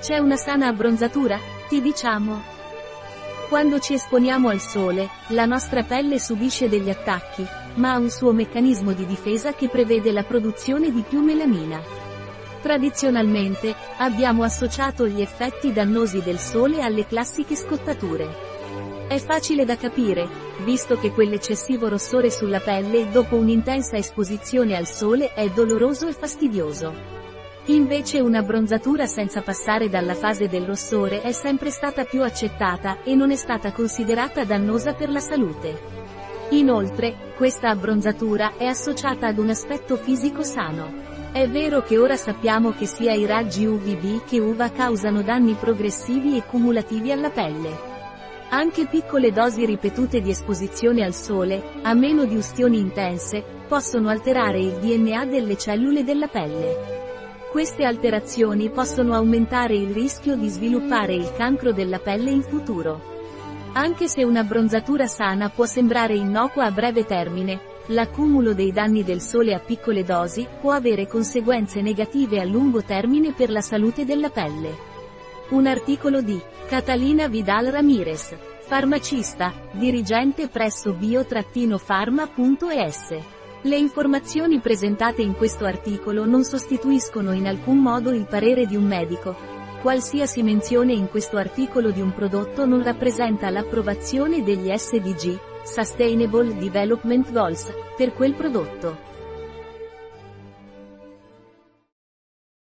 C'è una sana abbronzatura? Ti diciamo. Quando ci esponiamo al sole, la nostra pelle subisce degli attacchi, ma ha un suo meccanismo di difesa che prevede la produzione di più melanina. Tradizionalmente, abbiamo associato gli effetti dannosi del sole alle classiche scottature. È facile da capire, visto che quell'eccessivo rossore sulla pelle dopo un'intensa esposizione al sole è doloroso e fastidioso. Invece un'abbronzatura senza passare dalla fase del rossore è sempre stata più accettata e non è stata considerata dannosa per la salute. Inoltre, questa abbronzatura è associata ad un aspetto fisico sano. È vero che ora sappiamo che sia i raggi UVB che UVA causano danni progressivi e cumulativi alla pelle. Anche piccole dosi ripetute di esposizione al sole, a meno di ustioni intense, possono alterare il DNA delle cellule della pelle. Queste alterazioni possono aumentare il rischio di sviluppare il cancro della pelle in futuro. Anche se un'abbronzatura sana può sembrare innocua a breve termine, l'accumulo dei danni del sole a piccole dosi può avere conseguenze negative a lungo termine per la salute della pelle. Un articolo di Catalina Vidal Ramirez, farmacista, dirigente presso bio-pharma.es. Le informazioni presentate in questo articolo non sostituiscono in alcun modo il parere di un medico. Qualsiasi menzione in questo articolo di un prodotto non rappresenta l'approvazione degli SDG, Sustainable Development Goals, per quel prodotto.